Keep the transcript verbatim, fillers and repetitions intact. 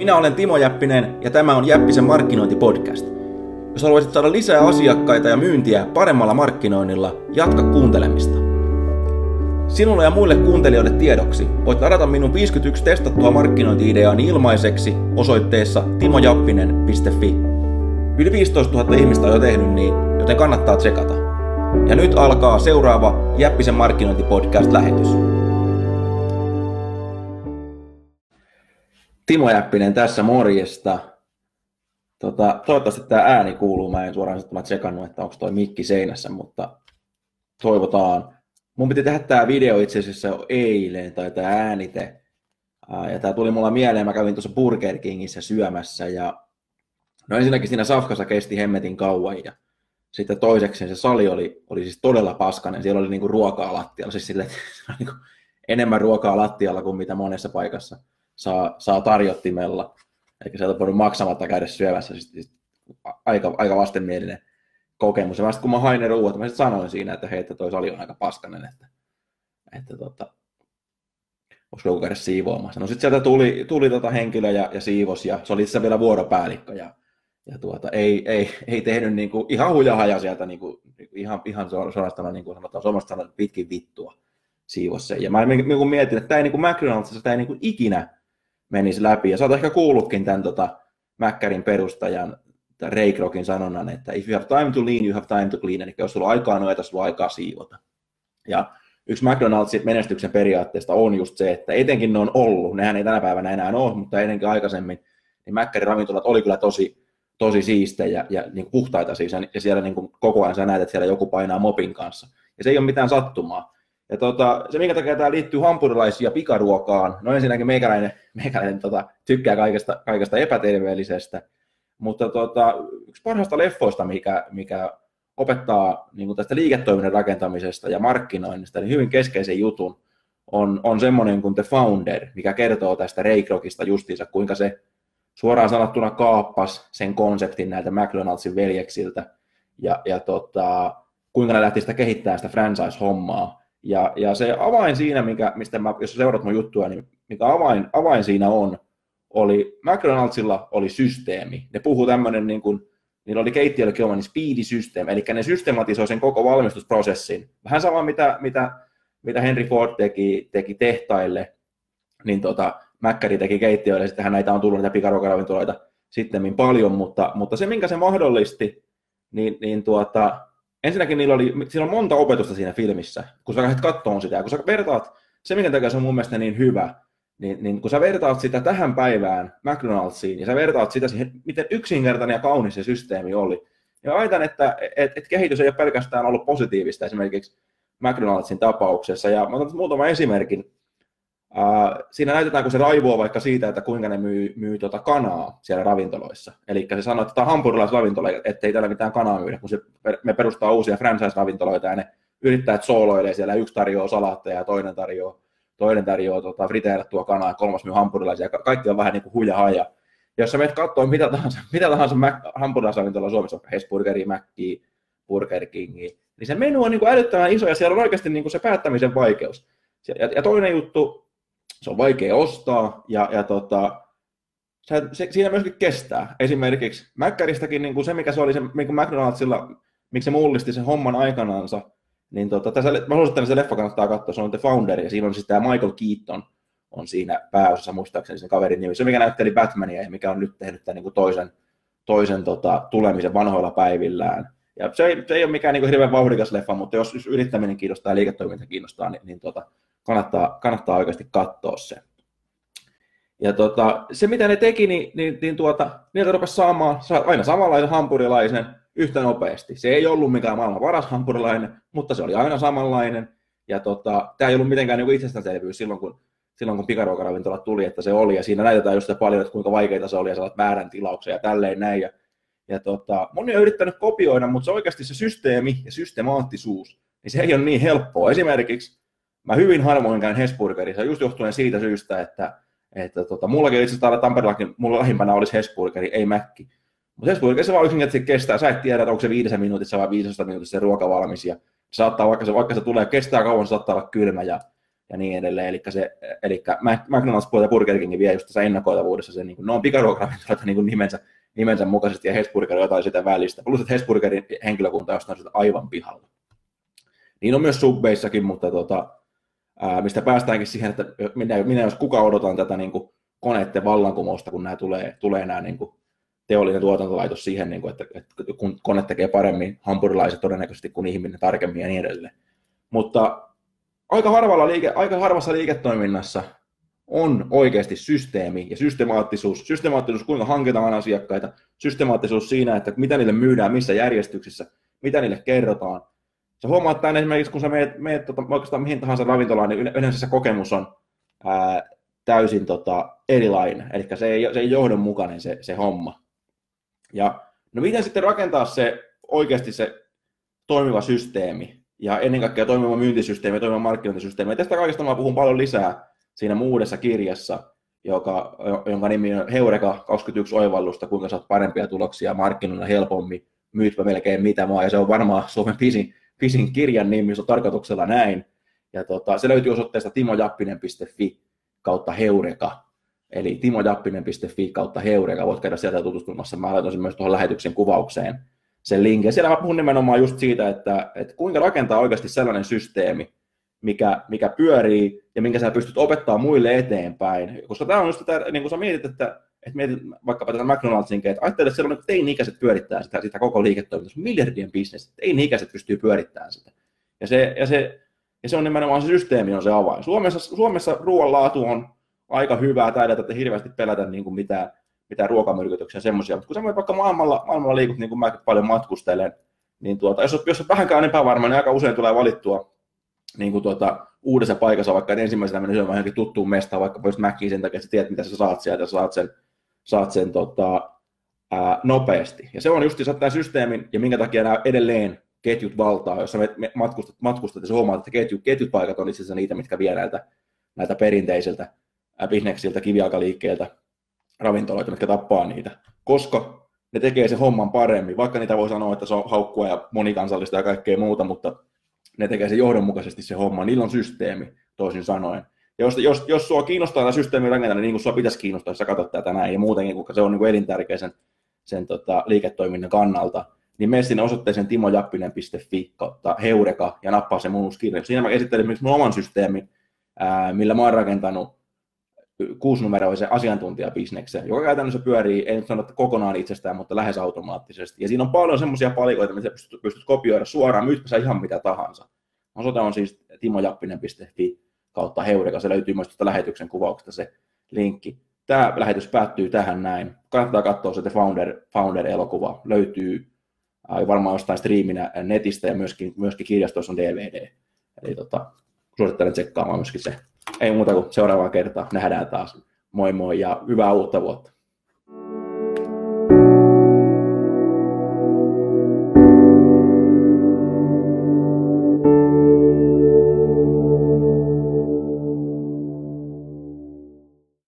Minä olen Timo Jäppinen ja tämä on Jäppisen markkinointipodcast. Jos haluaisit saada lisää asiakkaita ja myyntiä paremmalla markkinoinnilla, jatka kuuntelemista. Sinulle ja muille kuuntelijoille tiedoksi voit ladata minun viisikymmentäyksi testattua markkinointi-ideaani ilmaiseksi osoitteessa timojappinen piste fi. Yli viisitoistatuhatta ihmistä on jo tehnyt niin, joten kannattaa tsekata. Ja nyt alkaa seuraava Jäppisen markkinointipodcast-lähetys. Timo Jäppinen tässä, morjesta. Tota, toivottavasti tämä ääni kuuluu. Mä en suoraan sanottuna tsekannut, että onko toi mikki seinässä, mutta toivotaan. Mun piti tehdä tämä video itse asiassa jo eilen, tai tämä äänite. Ja tämä tuli mulla mieleen, mä kävin tuossa Burger Kingissä syömässä. Ja no ensinnäkin siinä safkassa kesti hemmetin kauan. Ja sitten toiseksi se sali oli, oli siis todella paskainen. Siellä oli niinku ruokaa lattialla. Siis sille, niinku enemmän ruokaa lattialla kuin mitä monessa paikassa saa, saa tarjottimella. Eli sieltä on voinut maksamatta käydä syömässä. Siis aika, aika vastenmielinen kokemus. Ja kun mä hain ne ruuat, mä sitten sanoin siinä, että hei, että toi sali on aika paskainen, että, että tota, voisiko joku käydä siivoamassa. No sitten sieltä tuli, tuli tota henkilö ja, ja siivos, ja se oli itse vielä vuoropäällikkö, ja, ja tuota, ei, ei, ei tehnyt niinku, ihan hujahaja sieltä, niinku, ihan, ihan suorastaan niin kuin sanotaan, suomasta pitkin vittua siivos sen. Ja mä niinku mietin, että tämä ei niinku McDonaldsissa, tämä ei niinku ikinä menisi läpi, ja sä oot ehkä kuullutkin tämän tota, Mäkkärin perustajan, Ray Krocin sanonnan, että if you have time to lean, you have time to clean, eli jos sulla on aikaa noita, sulla on aikaa siivota. Ja yksi McDonald'sin menestyksen periaatteesta on just se, että etenkin ne on ollut, nehän ei tänä päivänä enää ole, mutta etenkin aikaisemmin, niin Mäkkärin ravintolat oli kyllä tosi, tosi siistejä ja niin kuin puhtaita siis, ja siellä niin kuin koko ajan sä näet, että siellä joku painaa mopin kanssa. Ja se ei ole mitään sattumaa. Ja tota, se, minkä takia tämä liittyy hampurilaisiin ja pikaruokaan, no ensinnäkin meikäläinen, meikäläinen tota, tykkää kaikesta, kaikesta epäterveellisestä, mutta tota, yksi parhaista leffoista, mikä, mikä opettaa niin kuin tästä liiketoiminnan rakentamisesta ja markkinoinnista, niin hyvin keskeisen jutun on, on semmoinen kuin The Founder, mikä kertoo tästä Ray Krocista justiinsa, kuinka se suoraan sanottuna kaappasi sen konseptin näiltä McDonald'sin veljeksiltä ja, ja tota, kuinka ne lähti sitä kehittämään sitä franchise-hommaa. Ja, ja se avain siinä, mikä, mistä mä, jos seurat mun juttua, niin mikä avain, avain siinä on, oli, McDonaldsilla oli systeemi. Ne puhuu tämmöinen, niin kuin, niillä oli keittiölläkin oma niin speedy systeemi, eli ne systematisoi sen koko valmistusprosessin. Vähän sama, mitä, mitä, mitä Henry Ford teki, teki tehtaille, niin tota, Mäkkäri teki keittiöille, sittenhän näitä on tullut näitä pikaruokaravintoloita sittemmin paljon, mutta, mutta se, minkä se mahdollisti, niin, niin tuota, ensinnäkin niillä oli, siinä on monta opetusta siinä filmissä, kun sä lähdet katsomaan sitä, ja kun sä vertaat, se minkä takia se on mun mielestä niin hyvä, Niin, niin kun sä vertaat sitä tähän päivään McDonald'siin ja sä vertaat sitä siihen, miten yksinkertainen ja kaunis se systeemi oli. Ja väitän, että et, et kehitys ei ole pelkästään ollut positiivista esimerkiksi McDonald'sin tapauksessa. Ja mä otan muutaman esimerkin. Ää, siinä näytetään, kun se raivoo vaikka siitä, että kuinka ne myy, myy tota kanaa siellä ravintoloissa. Eli se sanoo, että tämä on hampurilaisravintola, ettei täällä mitään kanaa myydä, kun se, me perustaa uusia franchise-ravintoloita ja ne yrittäjät sooloilee siellä, yksi tarjoaa salaatteja ja toinen tarjoaa toinen tarjoaa tota, friteerattua kanaa ja kolmas myy hampurilaisia. Ka- kaikki on vähän niin kuin huja haja. Jos sä menet katsoa mitä tahansa, mitä tahansa Mac- hampurilaisravintola Suomessa, Hesburgeria, Mäkkiä, Burger Kingia, niin se menu on niin kuin älyttömän iso ja siellä on oikeasti niin kuin se päättämisen vaikeus. Ja, ja toinen juttu, se on vaikea ostaa ja, ja tota, se, se, siinä myöskin kestää. Esimerkiksi Mäkkäristäkin niin kuin se, mikä se oli se, niin kuin McDonaldsilla, miksi se mullisti sen homman aikanaansa, niin tota, tässä, mä suosittelen, että se leffa kannattaa katsoa, se on The Founder, ja siinä on siis tämä Michael Keaton on siinä pääosassa, muistaakseni sen kaverin nimi, se mikä näytteli Batmania ja mikä on nyt tehnyt tämän niin kuin toisen, toisen tota, tulemisen vanhoilla päivillään. Ja se ei, se ei ole mikään niin kuin hirveän vauhdikas leffa, mutta jos, jos yrittäminen kiinnostaa ja liiketoiminta kiinnostaa, niin, niin tota, kannattaa, kannattaa oikeasti katsoa se. Ja tota, se mitä ne teki, niin, niin, niin tuota, niiltä rupesi saamaan aina samanlaisen hampurilaisen, yhtä nopeasti. Se ei ollut mikään maailman paras hampurilainen, mutta se oli aina samanlainen. Ja tota, tämä ei ollut mitenkään niinku itsestäänselvyys silloin, kun, silloin, kun pikaruokaravintolat tuli, että se oli. Ja siinä näytetään just paljon, että kuinka vaikeita se oli ja saat väärän tilauksen ja tälleen näin. Ja, ja tota, moni on yrittänyt kopioida, mutta se oikeasti se systeemi ja systemaattisuus, niin se ei ole niin helppoa. Esimerkiksi mä hyvin harvoin käyn Hesburgerissa just johtuen siitä syystä, että, että tota, mullakin itse asiassa täällä Tampereellakin, mulla lähimpänä olisi Hesburgeri, ei Mäkki. Mutta Hesburgerissa vaan yksinkertaisesti kestää. Sä et tiedä, että onko se viidessä minuutissa vai viisitoista minuutissa se ruoka valmis. Ja saattaa, vaikka se, vaikka se tulee, kestää kauan, se saattaa olla kylmä. Ja, ja niin edelleen. Eli, se, eli McDonald's ja Burger King vie just tässä ennakoitavuudessa sen, niin kuin, ne on pikaruokaravintoloita niin kuin nimensä, nimensä mukaisesti, ja Hesburger on jotain sitä välistä. Plus, että Hesburgerin henkilökunta jostain sitä aivan pihalla. Niin on myös Subwayissakin, mutta tota, ää, mistä päästäänkin siihen, että minä, minä jos kuka odotan tätä niin kuin koneiden vallankumousta, kun nämä tulee, tulee nämä niin kuin teollinen tuotantolaitos siihen, niin kuin, että, että kun kone tekee paremmin hampurilaiset todennäköisesti kuin ihminen tarkemmin ja niin edelleen. Mutta aika, harvalla liike, aika harvassa liiketoiminnassa on oikeasti systeemi ja systemaattisuus. Systemaattisuus, kuinka hankitaan asiakkaita, systemaattisuus siinä, että mitä niille myydään, missä järjestyksessä, mitä niille kerrotaan. Sä huomaat tämän esimerkiksi, kun sä meet, meet tota, oikeastaan mihin tahansa ravintolaan, niin yleensä se kokemus on ää, täysin tota, erilainen. Eli se ei, se ei johdonmukainen se, se homma. Ja no miten sitten rakentaa se oikeasti se toimiva systeemi ja ennen kaikkea toimiva myyntisysteemi ja toimiva markkinointisysteemi. Ja tästä kaikesta mä puhun paljon lisää siinä uudessa kirjassa, joka, jonka nimi on Heureka kaksikymmentäyksi oivallusta, kuinka saat parempia tuloksia markkinoilla helpommin, myytpä melkein mitä vaan. Ja se on varmaan Suomen pisin, pisin kirjan nimi, se on tarkoituksella näin. Ja tota, se löytyy osoitteesta timojappinen piste fi kautta Heureka. Eli timojappinen piste fi kautta Heureka, voit käydä sieltä tutustumassa. Mä laitan sen myös tuohon lähetyksen kuvaukseen sen linkin. Siellä mä puhun nimenomaan just siitä, että, että kuinka rakentaa oikeasti sellainen systeemi, mikä, mikä pyörii ja minkä sä pystyt opettaa muille eteenpäin. Koska tämä on just tätä, niin kuin sä mietit, että, että mietit vaikkapa tätä McDonald'sin, että ajattelet, että siellä on teini-ikäiset pyörittää sitä, sitä koko liiketoimintaa, miljardien bisnes, teini-ikäiset pystyy pyörittämään sitä. Ja se, ja, se, ja se on nimenomaan se systeemi on se avain. Suomessa, Suomessa ruoan laatu on aika hyvää, taidetaan että hirveästi pelätä niin kuin mitään, mitään ruokamyrkytyksiä ja semmoisia, mutta kun sä vaikka maailmalla, maailmalla liikut, niin kuin mäkin paljon matkustelen, niin tuota, jos, jos on vähänkään epävarma, niin aika usein tulee valittua niin kuin tuota, uudessa paikassa, vaikka ensimmäisenä mennä syömään johonkin tuttuun mestaan, vaikka just Mäkkiin sen takia, että sä tiedät, mitä sä saat sieltä, ja saat sen, saat sen tota, ää, nopeasti. Ja se on just tämä systeemin, ja minkä takia nämä edelleen ketjut valtaa, jos sä matkustat, matkustat ja sä huomaat, että ketjut, ketjut-paikat on itse asiassa niitä, mitkä vie näiltä, näiltä perinteisiltä bisneksiltä, kivijalkaliikkeiltä, ravintoloita, mitkä tappaa niitä, koska ne tekee sen homman paremmin, vaikka niitä voi sanoa, että se on haukkua ja monikansallista ja kaikkea muuta, mutta ne tekee sen johdonmukaisesti se homma, niillä on systeemi, toisin sanoen. Ja jos, jos, jos sua kiinnostaa tämä systeemi rakentaminen, niin kuin sua pitäisi kiinnostaa, jos sä katsot tätä näin, ja muutenkin, koska se on niin kuin elintärkeä sen, sen tota, liiketoiminnan kannalta, niin mene sinne osoitteeseen timojappinen piste fi kautta Heureka ja nappaa se mun uusi kirja. Siinä mä esittelen esimerkiksi mun oman systeemin, ää, millä mä oon rakentanut kuusinumeroisen asiantuntijabisneksen, joka käytännössä pyörii, ei nyt sanota kokonaan itsestään, mutta lähes automaattisesti. Ja siinä on paljon semmoisia palikoita, mitä pystyt, pystyt kopioida suoraan, myytkö sä ihan mitä tahansa. Osoite on siis timojappinen piste fi kautta Heureka, se löytyy myös tuosta lähetyksen kuvauksesta se linkki. Tämä lähetys päättyy tähän näin. Kannattaa katsoa se Founder, Founder-elokuva, löytyy äh, varmaan jostain striiminä netistä ja myöskin, myöskin kirjastoissa on D V D. Eli tota, suosittelen tsekkaamaan myöskin se. Ei muuta kuin seuraavaa kertaa. Nähdään taas. Moi moi ja hyvää uutta vuotta.